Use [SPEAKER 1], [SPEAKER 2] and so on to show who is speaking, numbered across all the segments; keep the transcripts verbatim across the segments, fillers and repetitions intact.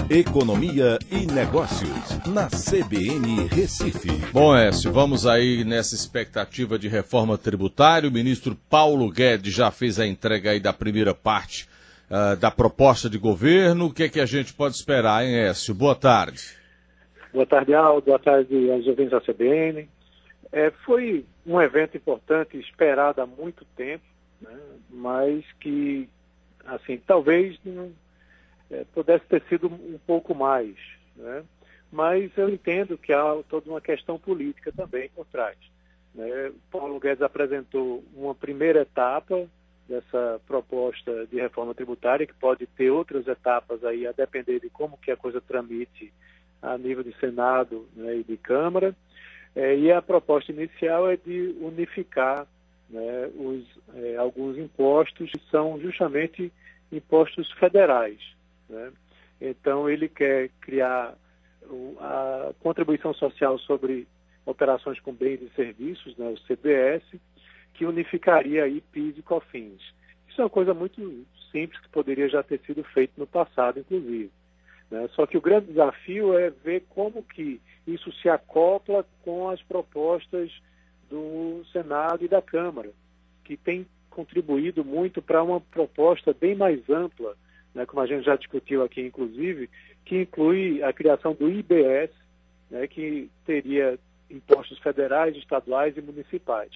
[SPEAKER 1] Economia e Negócios, na C B N Recife.
[SPEAKER 2] Bom, Écio, vamos aí nessa expectativa de reforma tributária. O ministro Paulo Guedes já fez a entrega aí da primeira parte uh, da proposta de governo. O que é que a gente pode esperar, hein, Écio? Boa tarde.
[SPEAKER 3] Boa tarde, Aldo. Boa tarde aos ouvintes da C B N. É, foi um evento importante, esperado há muito tempo, né, mas que, assim, talvez não, é, pudesse ter sido um pouco mais, né? Mas eu entendo que há toda uma questão política também por trás, né? Paulo Guedes apresentou uma primeira etapa dessa proposta de reforma tributária, que pode ter outras etapas aí, a depender de como que a coisa tramite a nível de Senado, né, e de Câmara. É, e a proposta inicial é de unificar, né, os, é, alguns impostos que são justamente impostos federais, né? Então ele quer criar o, a contribuição social sobre operações com bens e serviços, né, o C B S, que unificaria aí PIS e COFINS. Isso é uma coisa muito simples que poderia já ter sido feito no passado, inclusive, né? Só que o grande desafio é ver como que isso se acopla com as propostas do Senado e da Câmara, que tem contribuído muito para uma proposta bem mais ampla, né, como a gente já discutiu aqui, inclusive, que inclui a criação do I B S, né, que teria impostos federais, estaduais e municipais.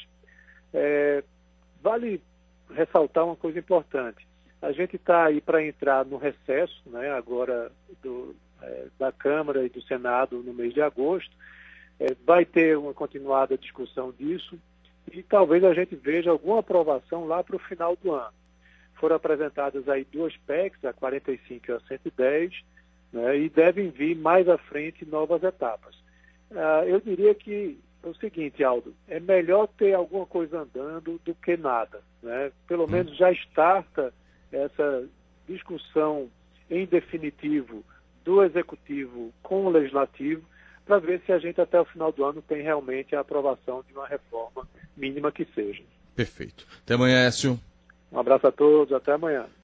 [SPEAKER 3] É, vale ressaltar uma coisa importante. A gente está aí para entrar no recesso, né, agora do, é, da Câmara e do Senado no mês de agosto. É, vai ter uma continuada discussão disso e talvez a gente veja alguma aprovação lá para o final do ano. Foram apresentadas aí duas P E Cs, a quarenta e cinco e a cento e dez, né, e devem vir mais à frente novas etapas. Ah, eu diria que é o seguinte, Aldo, é melhor ter alguma coisa andando do que nada, né? Pelo menos já starta essa discussão em definitivo do Executivo com o Legislativo para ver se a gente até o final do ano tem realmente a aprovação de uma reforma mínima que seja.
[SPEAKER 2] Perfeito. Até amanhã, Écio.
[SPEAKER 3] Um abraço a todos, até amanhã.